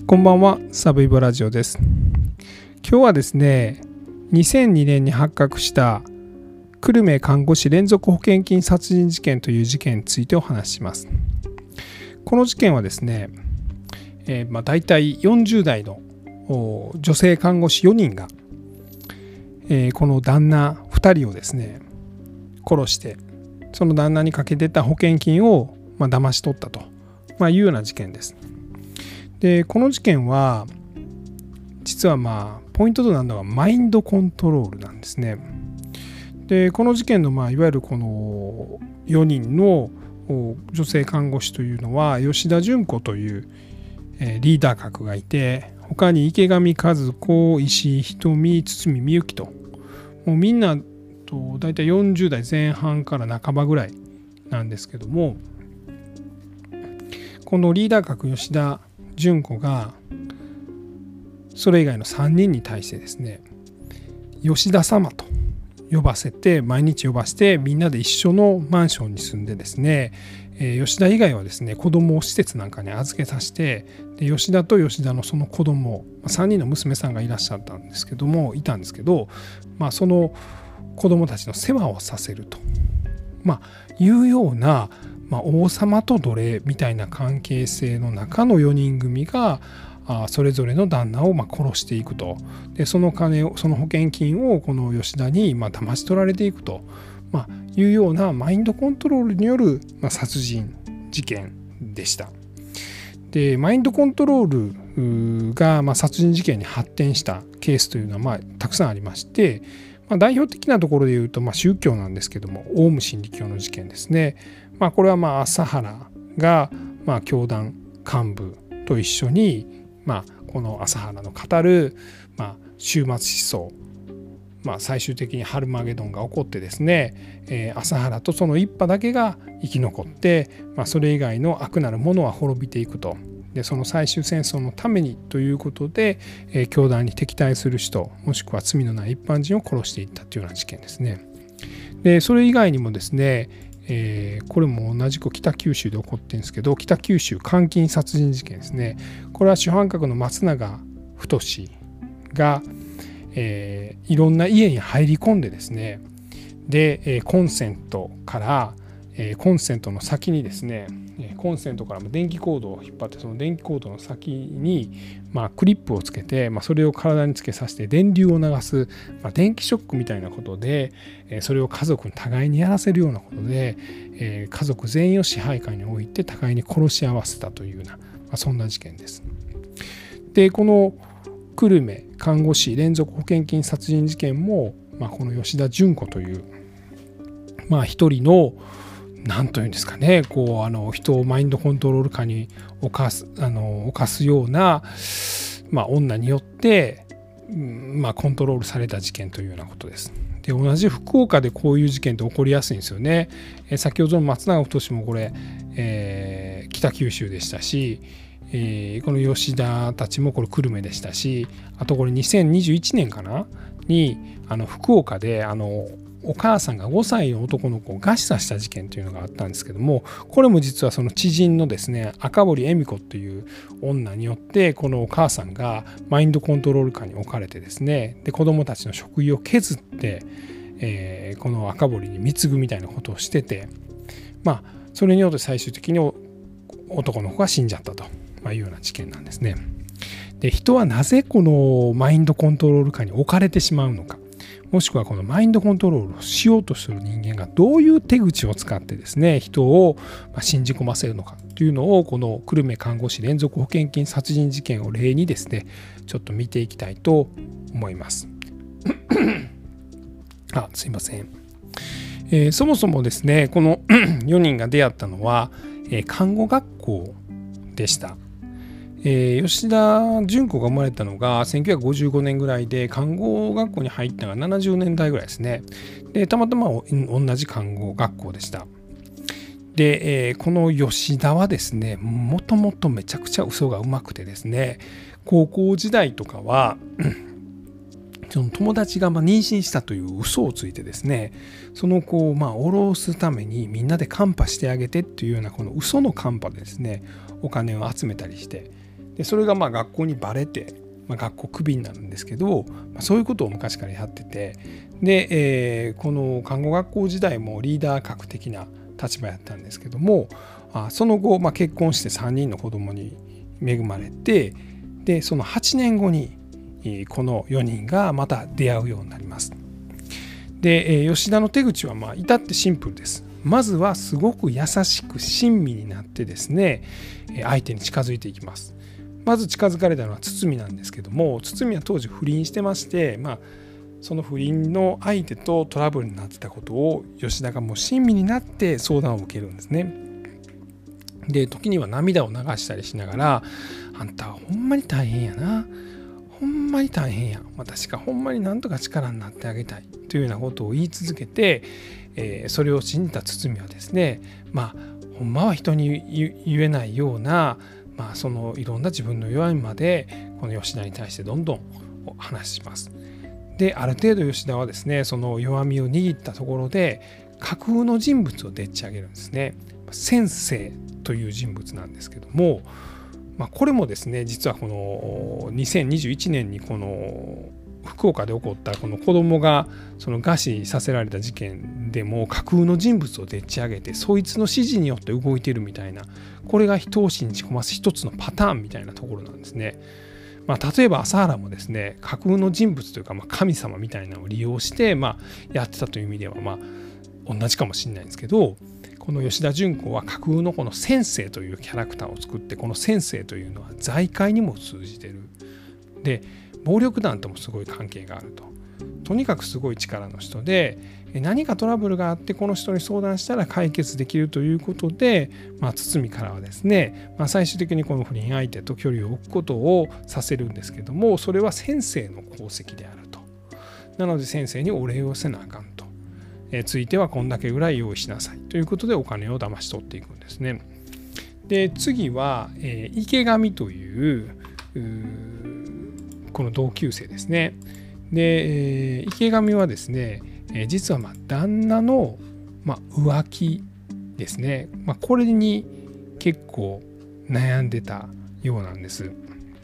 こんばんは、サブイボラジオです。今日はですね、2002年に発覚した久留米看護師連続保険金殺人事件という事件についてお話しします。この事件はですね、だいたい40代の女性看護師4人が、この旦那2人をですね、殺して、その旦那にかけてた保険金を騙し取ったというような事件です。でこの事件は実はポイントとなるのがマインドコントロールなんですね。でこの事件のいわゆるこの4人の女性看護師というのは吉田純子というリーダー格がいて、他に池上和子、石井瞳、堤みゆきと、もうみんなと大体40代前半から半ばぐらいなんですけども、このリーダー格吉田純子がそれ以外の3人に対してですね、吉田様と呼ばせて、毎日呼ばせてみんなで一緒のマンションに住んでですね、吉田以外はですね子供を施設なんかに預けさせて、で吉田と吉田のその子供、3人の娘さんがいらっしゃったんですけども、その子供たちの世話をさせると、いうような王様と奴隷みたいな関係性の中の4人組がそれぞれの旦那を殺していくと。でその金を、その保険金をこの吉田に騙し取られていくというようなマインドコントロールによる殺人事件でした。でマインドコントロールが殺人事件に発展したケースというのはたくさんありまして、代表的なところで言うと宗教なんですけども、オウム真理教の事件ですね。これは麻原が教団幹部と一緒にこの麻原の語る終末思想、最終的にハルマゲドンが起こってですね、麻原とその一派だけが生き残って、それ以外の悪なるものは滅びていくと。でその最終戦争のためにということで、教団に敵対する人、もしくは罪のない一般人を殺していったというような事件ですね。でそれ以外にもですね、これも同じく北九州で起こってるんですけど、北九州監禁殺人事件ですね。これは主犯格の松永太が、いろんな家に入り込んでですね、でコンセントの先にですね、コンセントから電気コードを引っ張って、その電気コードの先にクリップをつけて、それを体につけさせて電流を流す、電気ショックみたいなことで、それを家族に互いにやらせるようなことで、家族全員を支配下に置いて互いに殺し合わせたというような、そんな事件です。でこの久留米看護師連続保険金殺人事件も、この吉田純子という一人の何というんですかね、人をマインドコントロール下に侵すような、女によって、コントロールされた事件というようなことです。で同じ福岡でこういう事件って起こりやすいんですよね。先ほどの松永太もこれ、北九州でしたし、この吉田たちもこれ久留米でしたし、あとこれ2021年かなに福岡でお母さんが5歳の男の子を餓死させた事件というのがあったんですけども、これも実はその知人のですね赤堀恵美子という女によって、このお母さんがマインドコントロール下に置かれてですね、で子どもたちの食費を削って、この赤堀に貢ぐみたいなことをしてて、それによって最終的に男の子が死んじゃったというような事件なんですね。で人はなぜこのマインドコントロール下に置かれてしまうのか、もしくはこのマインドコントロールをしようとする人間がどういう手口を使ってですね人を信じ込ませるのかというのを、この久留米看護師連続保険金殺人事件を例にですねちょっと見ていきたいと思いますすいません。そもそもですねこの4人が出会ったのは看護学校でした。吉田純子が生まれたのが1955年ぐらいで、看護学校に入ったのが70年代ぐらいですね。でたまたま同じ看護学校でした。で、この吉田はですねもともとめちゃくちゃ嘘がうまくてですね、高校時代とかはその友達が妊娠したという嘘をついてですね、その子を下ろすためにみんなでカンパしてあげてっていうようなこの嘘のカンパでですねお金を集めたりして、 でそれが学校にバレて、学校クビになるんですけど、そういうことを昔からやってて、で、この看護学校時代もリーダー格的な立場やったんですけども、その後、結婚して3人の子供に恵まれて、でその8年後にこの4人がまた出会うようになります。で、吉田の手口は至ってシンプルです。まずはすごく優しく親身になってですね、相手に近づいていきます。まず近づかれたのは堤なんですけども、堤は当時不倫してまして、その不倫の相手とトラブルになってたことを吉田がもう親身になって相談を受けるんですね。で時には涙を流したりしながら、あんたはほんまに大変やな、ほんまに大変や、私がほんまになんとか力になってあげたいというようなことを言い続けて、それを信じた堤はですね、ほんまは人に言えないような、そのいろんな自分の弱みまでこの吉田に対してどんどん話します。である程度吉田はですね、その弱みを握ったところで架空の人物をでっち上げるんですね。先生という人物なんですけども、これもですね、実はこの2021年にこの福岡で起こったこの子供がその餓死させられた事件でも架空の人物をでっち上げて、そいつの指示によって動いているみたいな、これが人を信じ込ます一つのパターンみたいなところなんですね。例えば朝原もですね、架空の人物というか神様みたいなのを利用してやってたという意味では同じかもしれないんですけど、この吉田順子は架空のこの先生というキャラクターを作って、この先生というのは財界にも通じてる。で暴力団ともすごい関係があると。とにかくすごい力の人で、何かトラブルがあってこの人に相談したら解決できるということで、堤からはですね、最終的にこの不倫相手と距離を置くことをさせるんですけども、それは先生の功績であると。なので先生にお礼をせなあかんと。ついてはこんだけぐらい用意しなさいということでお金を騙し取っていくんですね。で次は、池上というこの同級生ですね。で、池上はですね、実は旦那の浮気ですね、これに結構悩んでたようなんです。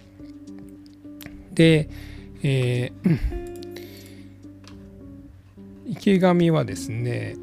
で、池上はですね、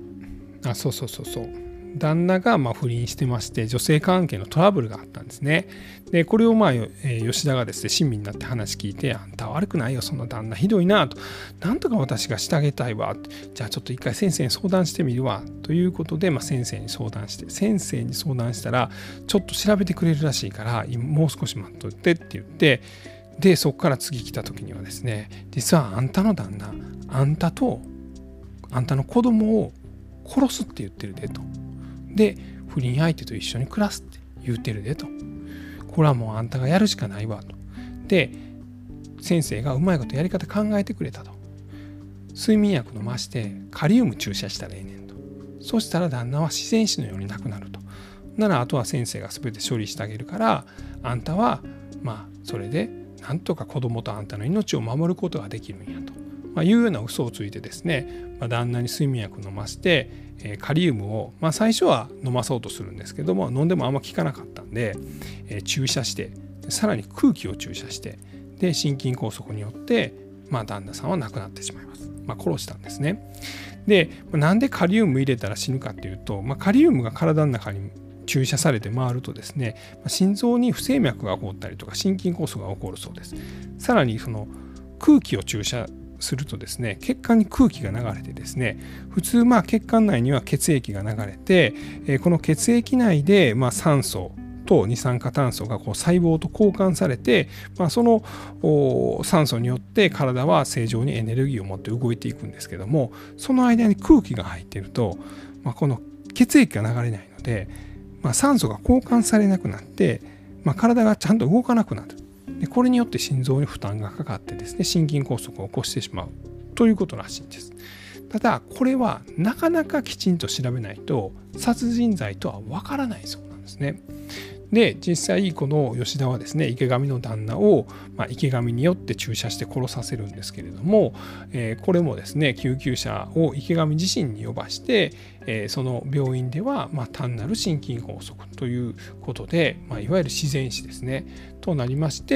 旦那が不倫してまして、女性関係のトラブルがあったんですね。でこれを吉田がですね親身になって話聞いて、あんたは悪くないよ、そんな旦那ひどいなと、なんとか私がしてあげたいわ、じゃあちょっと一回先生に相談してみるわということで、先生に相談したらちょっと調べてくれるらしいからもう少し待っといてって言って、でそこから次来た時にはですね、実はあんたの旦那、あんたの子供を殺すって言ってるでと。で不倫相手と一緒に暮らすって言ってるでと。これはもうあんたがやるしかないわと。で先生がうまいことやり方考えてくれたと。睡眠薬飲ましてカリウム注射したらええねんと。そしたら旦那は自然死のように亡くなると。ならあとは先生が全て処理してあげるから、あんたはそれでなんとか子供とあんたの命を守ることができるんやと、いうような嘘をついてですね、旦那に睡眠薬飲ませてカリウムを、最初は飲まそうとするんですけども、飲んでもあんま効かなかったんで、注射して、さらに空気を注射して、で心筋梗塞によって、旦那さんは亡くなってしまいます。殺したんですね。でなんでカリウム入れたら死ぬかっていうと、カリウムが体の中に注射されて回るとですね、心臓に不整脈が起こったりとか心筋梗塞が起こるそうです。さらにその空気を注射するとですね、血管に空気が流れてですね、普通血管内には血液が流れて、この血液内で酸素と二酸化炭素が細胞と交換されて、その酸素によって体は正常にエネルギーを持って動いていくんですけども、その間に空気が入っていると、この血液が流れないので、酸素が交換されなくなって、体がちゃんと動かなくなる。でこれによって心臓に負担がかかってですね、心筋梗塞を起こしてしまうということらしいんです。ただこれはなかなかきちんと調べないと殺人罪とはわからないそうなんですね。 で実際この吉田はですね池上の旦那を、池上によって注射して殺させるんですけれども、これもですね救急車を池上自身に呼ばして、その病院では、単なる心筋梗塞ということで、いわゆる自然死ですねとなりまして、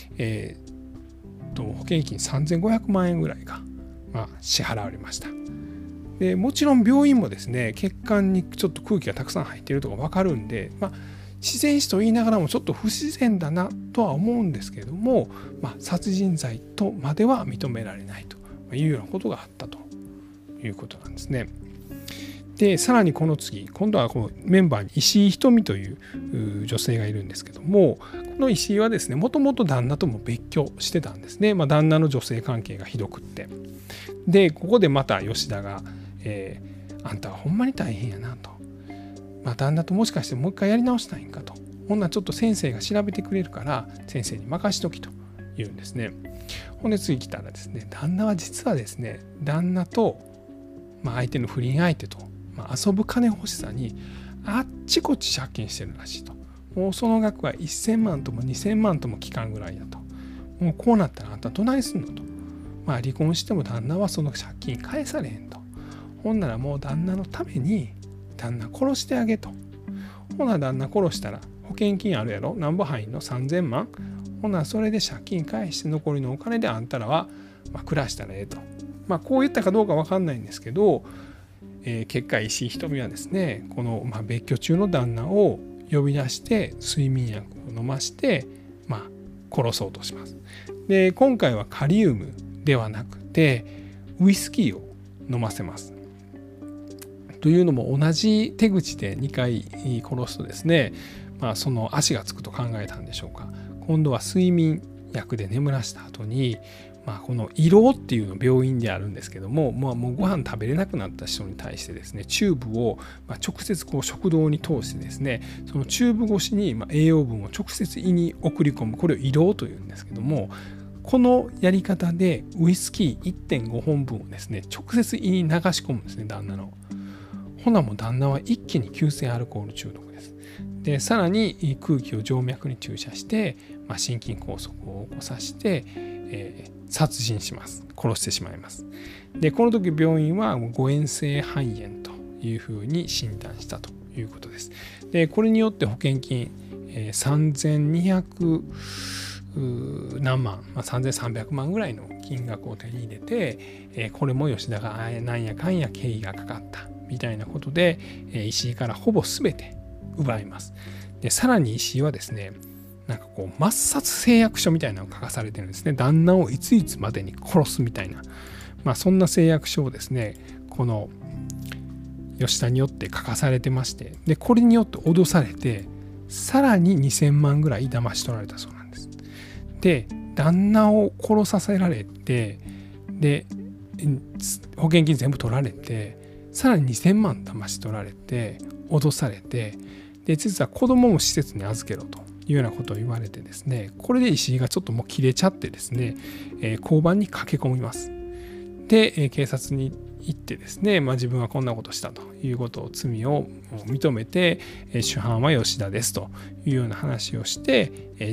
保険金3500万円ぐらいが、支払われました。でもちろん病院もですね血管にちょっと空気がたくさん入っているとか分かるんで、自然死と言いながらもちょっと不自然だなとは思うんですけれども、殺人罪とまでは認められないというようなことがあったということなんですね。でさらにこの次今度はこのメンバーに石井ひとみという女性がいるんですけども、この石井はですねもともと旦那とも別居してたんですね。旦那の女性関係がひどくって、でここでまた吉田が、あんたはほんまに大変やなと、旦那ともしかしてもう一回やり直したいんかと、ほんならちょっと先生が調べてくれるから先生に任しときと言うんですね。ほんで次来たらですね旦那は実はですね旦那と、相手の不倫相手と、遊ぶ金欲しさにあっちこっち借金してるらしいと。もうその額は1000万とも2000万とも期間ぐらいだと。もうこうなったらあんたどないすんのと。離婚しても旦那はその借金返されへんと。ほんならもう旦那のために旦那殺してあげと。ほな旦那殺したら保険金あるやろ、なんぼ入んの3000万。ほなそれで借金返して残りのお金であんたらは暮らしたらええと。こう言ったかどうか分かんないんですけど、結果石井ひとみはですねこの別居中の旦那を呼び出して睡眠薬を飲まして殺そうとします。で今回はカリウムではなくてウイスキーを飲ませます。というのも同じ手口で2回殺すとですね、その足がつくと考えたんでしょうか。今度は睡眠薬で眠らした後に、この胃ろうっていうの病院であるんですけども、もうご飯食べれなくなった人に対してですねチューブを直接こう食道に通してですねそのチューブ越しに栄養分を直接胃に送り込む、これを胃ろうというんですけども、このやり方でウイスキー 1.5 本分をですね直接胃に流し込むんですね旦那の。ほなもう旦那は一気に急性アルコール中毒です。でさらに空気を静脈に注射して、心筋梗塞を起こさせて、殺人します。殺してしまいます。でこの時病院は誤嚥性肺炎というふうに診断したということです。でこれによって保険金、3200何万、3300万ぐらいの金額を手に入れて、これも吉田がなんやかんや経緯がかかったみたいなことで、石井からほぼ全て奪います。でさらに石井はですね抹殺誓約書みたいなのを書かされてるんですね。旦那をいついつまでに殺すみたいな、そんな誓約書をですねこの吉田によって書かされてまして、でこれによって脅されてさらに2000万ぐらい騙し取られたそうなんです。で旦那を殺させられて、で保険金全部取られてさらに2000万騙し取られて脅されて、で実は子供も施設に預けろというようなことを言われてですね、これで石井がちょっともう切れちゃってですね、交番に駆け込みます。で警察に行ってですね、自分はこんなことしたということを罪を認めて、主犯は吉田ですというような話をして、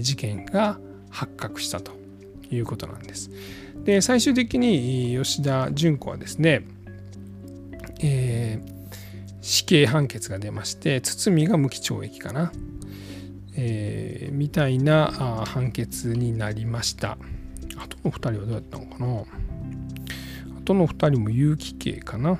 事件が発覚したということなんです。で最終的に吉田順子はですね、死刑判決が出まして、堤が無期懲役かな、みたいな判決になりました。あとの2人はどうやったのかな。あとの2人も有期刑かな。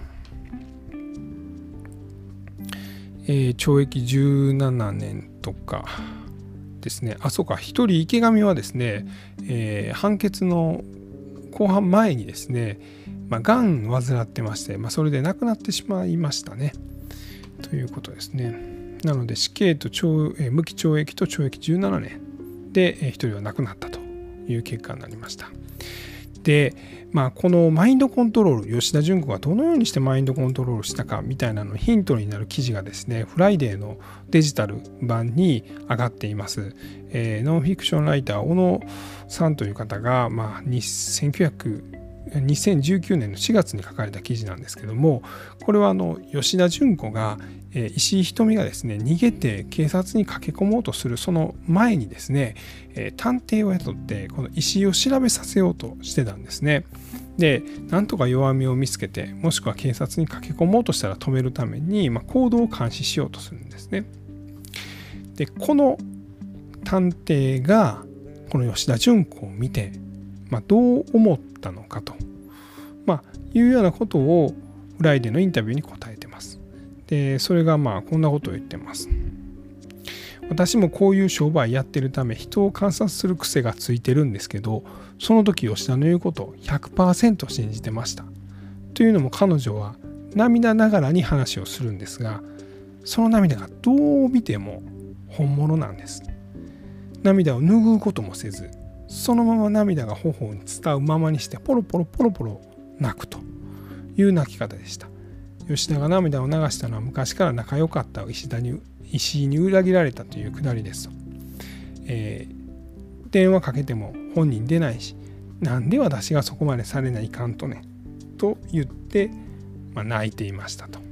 懲役17年とかですね。そうか、1人池上はですね、判決の後半前にですね、がん患ってまして、それで亡くなってしまいましたね。ということですね。なので死刑と無期懲役と懲役17年で1人は亡くなったという結果になりました。で、このマインドコントロール、吉田順子がどのようにしてマインドコントロールしたかみたいなのヒントになる記事がですね、フライデーのデジタル版に上がっています。ノンフィクションライター小野さんという方が、1990 2019年の4月に書かれた記事なんですけども、これは吉田順子が石井ひとみがですね逃げて警察に駆け込もうとするその前にですね探偵を雇ってこの石井を調べさせようとしてたんですね。でなんとか弱みを見つけて、もしくは警察に駆け込もうとしたら止めるために、行動を監視しようとするんですね。でこの探偵がこの吉田順子を見て、どう思ったのかと、いうようなことをフライデーのインタビューに答えてます。でそれがこんなことを言ってます。私もこういう商売やってるため人を観察する癖がついてるんですけど、その時吉田の言うことを 100% 信じてました。というのも彼女は涙ながらに話をするんですが、その涙がどう見ても本物なんです。涙を拭うこともせず、そのまま涙が頬に伝うままにしてポロポロポロポロ泣くという泣き方でした。吉田が涙を流したのは昔から仲良かった石井に裏切られたというくだりですと。電話かけても本人出ないし、なんで私がそこまでされないかんとねと言って、泣いていましたと、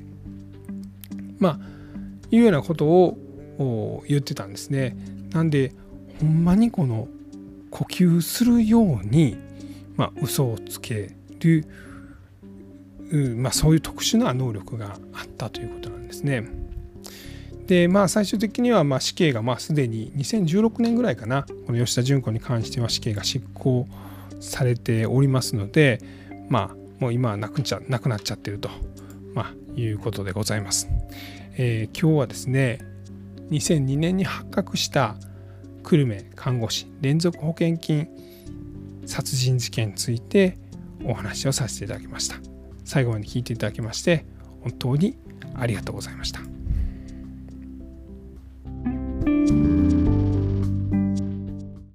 いうようなことを言ってたんですね。なんでほんまにこの呼吸するように、嘘をつける、そういう特殊な能力があったということなんですね。で最終的には死刑がすでに2016年ぐらいかな、この吉田順子に関しては死刑が執行されておりますので、もう今はなくなっちゃってると、いうことでございます。今日はですね2002年に発覚した久留米看護師連続保険金殺人事件についてお話をさせていただきました。最後まで聞いていただきまして本当にありがとうございました。